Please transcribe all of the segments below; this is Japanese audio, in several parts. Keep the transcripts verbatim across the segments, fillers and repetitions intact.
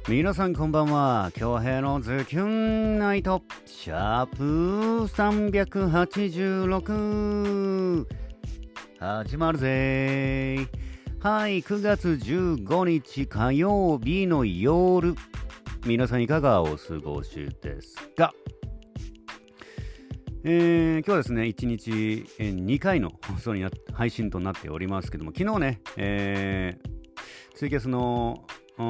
皆さんこんばんは。京平のズキュンナイトシャープさんびゃくはちじゅうろく始まるぜ。はい、くがつじゅうごにち火曜日の夜、皆さんいかがお過ごしですか？えー、今日はですねいちにちにかいの放送にな配信となっておりますけども、昨日ね、えー、ツイキャスの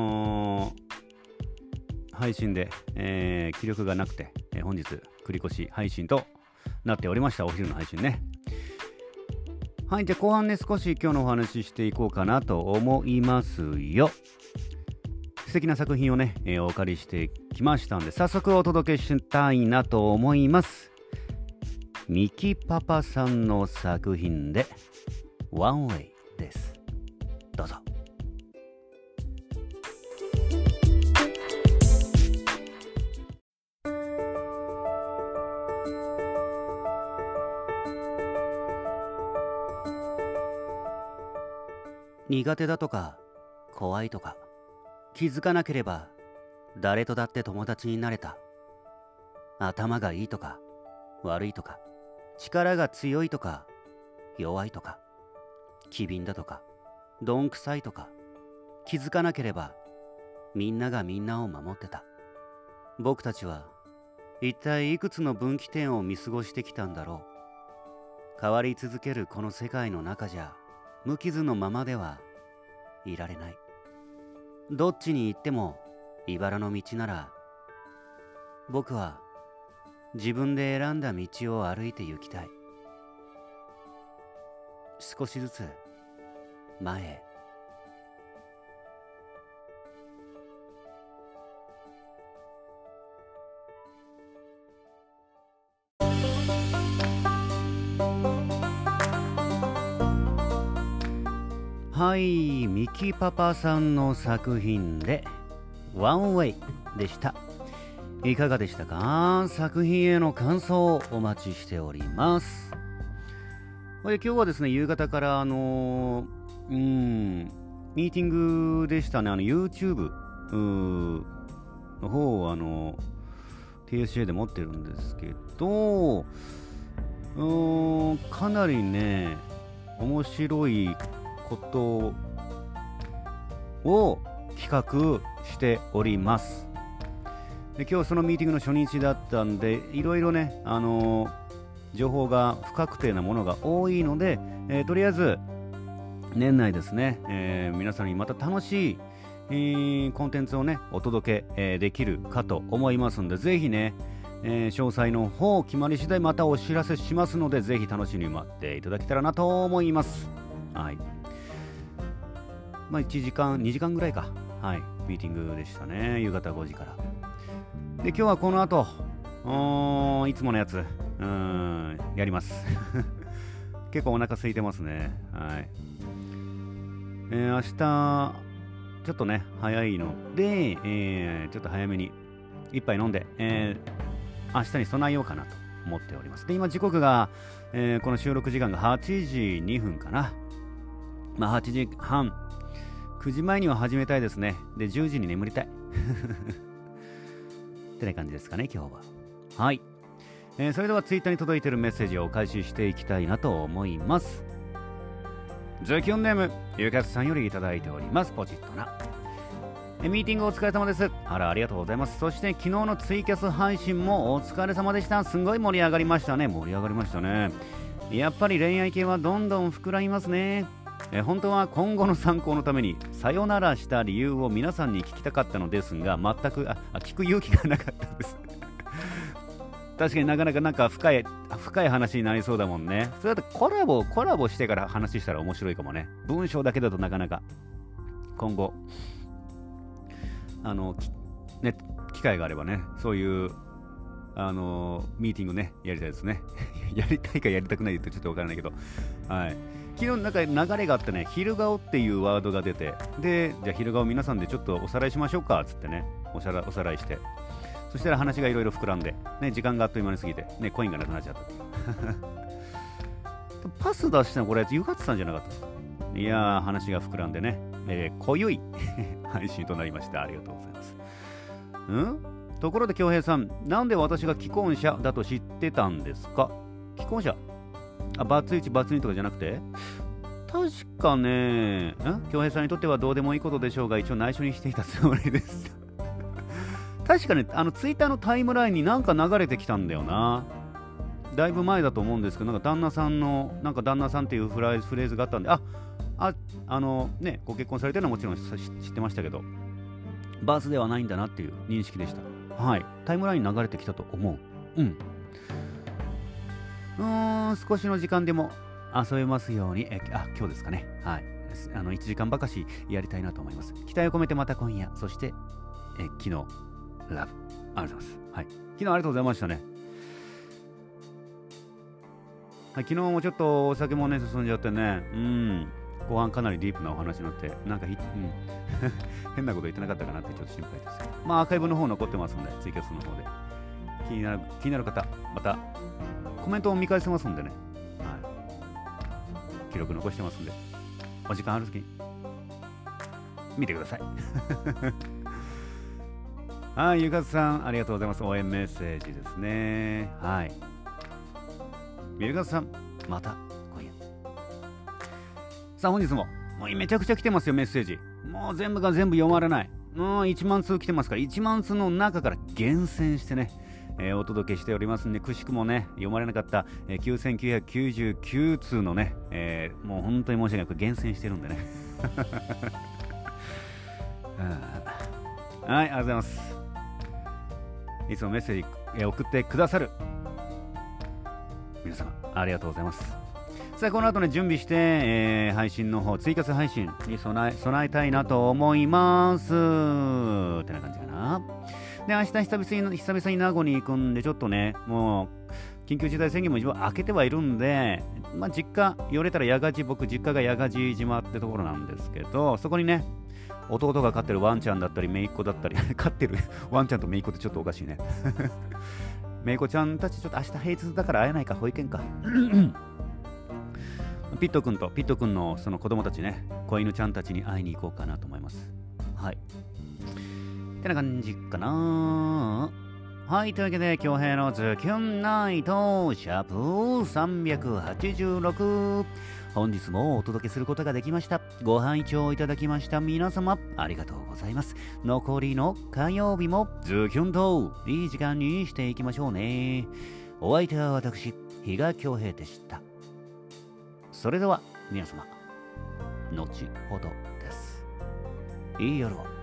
配信で、えー、気力がなくて、えー、本日繰り越し配信となっておりました。お昼の配信ね。はい、じゃあ後半ね少し今日のお話ししていこうかなと思いますよ。素敵な作品をね、えー、お借りしてきましたんで、早速お届けしたいなと思います。ミキパパさんの作品でワンウェイです。どうぞ。苦手だとか怖いとか気づかなければ誰とだって友達になれた。頭がいいとか悪いとか力が強いとか弱いとか機敏だとかどんくさいとか気づかなければみんながみんなを守ってた。僕たちは一体いくつの分岐点を見過ごしてきたんだろう。変わり続けるこの世界の中じゃ無傷のままではいられない。どっちに行っても茨の道なら僕は自分で選んだ道を歩いて行きたい。少しずつ前へ。はい、ミキパパさんの作品でワンウェイでした。いかがでしたか？作品への感想をお待ちしております。で、今日はですね夕方からあのー、うーんミーティングでしたね。あの YouTube の方をあの ティーエスジェー で持ってるんですけど、うーんかなりね面白いことを企画しております。で、今日そのミーティングの初日だったんで、いろいろね、あのー、情報が不確定なものが多いので、えー、とりあえず年内ですね、えー、皆さんにまた楽しい、えー、コンテンツをねお届け、えー、できるかと思いますので、ぜひね、えー、詳細の方決まり次第またお知らせしますので、ぜひ楽しみに待っていただけたらなと思います。はい、まあいちじかんにじかんぐらいか、はい、ミーティングでしたね。夕方ごじから。で、今日はこの後いつものやつうーんやります結構お腹空いてますね。はい、えー、明日ちょっとね早いので、えー、ちょっと早めに一杯飲んで、えー、明日に備えようかなと思っております。で、今時刻が、えー、この収録時間がはちじにふんかな。まあはちじはん、くじまえには始めたいですね。で、じゅうじに眠りたいってな感じですかね今日は。はい、えー、それではツイッターに届いているメッセージをお返ししていきたいなと思います。ズキュンネームゆかつさんよりいただいております。ポチッとな。えミーティングお疲れ様です。あら、ありがとうございます。そして昨日のツイキャス配信もお疲れ様でした。すんごい盛り上がりましたね。盛り上がりましたね。やっぱり恋愛系はどんどん膨らみますね。え本当は今後の参考のためにさよならした理由を皆さんに聞きたかったのですが、全くああ聞く勇気がなかったです確かになかなかなんか深い深い話になりそうだもんね。それだとコラボコラボしてから話したら面白いかもね。文章だけだとなかなか今後あのね機会があればね、そういうあのミーティングねやりたいですねやりたいかやりたくないってちょっとわからないけど、はい、昨日なんか流れがあってね、昼顔っていうワードが出て、でじゃあ昼顔皆さんでちょっとおさらいしましょうかっつってね、おさらおさらいして、そしたら話がいろいろ膨らんで、ね、時間があっという間に過ぎて、ね、コインがなくなっちゃったパス出したのこれゆかつさんじゃなかったですか。いやー話が膨らんでね、えー、濃ゆい配信となりました。ありがとうございます。 んところで恭平さん、なんで私が既婚者だと知ってたんですか？既婚者あ、バツいち、バツにとかじゃなくて、確かね、ん恭平さんにとってはどうでもいいことでしょうが、一応内緒にしていたつもりです。確かね、あのツイッターのタイムラインになんか流れてきたんだよな。だいぶ前だと思うんですけど、なんか旦那さんの、なんか旦那さんっていうフラフレーズがあったんで、あ、あ、あのね、ご結婚されてるのはもちろん知ってましたけど、バースではないんだなっていう認識でした。はい。タイムラインに流れてきたと思う。うん。うーん、少しの時間でも遊べますように、え、あ、今日ですかね。はい。あの、いちじかんばかしやりたいなと思います。期待を込めてまた今夜、そして、え、昨日、ラブ。ありがとうございます。はい。昨日ありがとうございましたね。はい、昨日もちょっとお酒もね、進んじゃってね、うん。後半かなりディープなお話になって、なんかひ、うん、変なこと言ってなかったかなってちょっと心配ですけど。まあ、アーカイブの方残ってますんで、ツイキャスの方で。気になる、気になる方、また、コメントを見返せますんでね。はい。記録残してますんで、お時間あるときに、見てください。はい、ゆかつさん、ありがとうございます。応援メッセージですね。はい。ゆかつさん、また今夜。さあ、本日も、もうめちゃくちゃ来てますよ、メッセージ。もう全部が全部読まれない。もういちまん通来てますから、いちまん通の中から厳選してね、えー、お届けしておりますんで、くしくもね、読まれなかった、えー、きゅうせんきゅうひゃくきゅうじゅうきゅう通のね、えー、もう本当に申し訳なく厳選してるんでね。はい、ありがとうございます。いつもメッセージ、えー、送ってくださる皆様、ありがとうございます。さあ、この後ね、準備して、えー、配信の方、追加配信に備え、備えたいなと思います。ってな感じかな。で、明日久々に、久々に名護に行くんで、ちょっとね、もう、緊急事態宣言も一応開けてはいるんで、まあ、実家、寄れたら矢賀寺、僕、実家が矢賀寺島ってところなんですけど、そこにね、弟が飼ってるワンちゃんだったり、姪っ子だったり、飼ってるワンちゃんと姪っ子ってちょっとおかしいね。姪っ子ちゃんたち、ちょっと明日平日だから会えないか、保育園か。ピット君とピット君のその子供たちね、子犬ちゃんたちに会いに行こうかなと思います。はい。ってな感じかな。はい、というわけで、恭平のズキュンナイト、シャープさんびゃくはちじゅうろく。本日もお届けすることができました。ご拝聴いただきました皆様、ありがとうございます。残りの火曜日もズキュンといい時間にしていきましょうね。お相手は私、比嘉恭平でした。それでは皆様、後ほどです。いい夜を。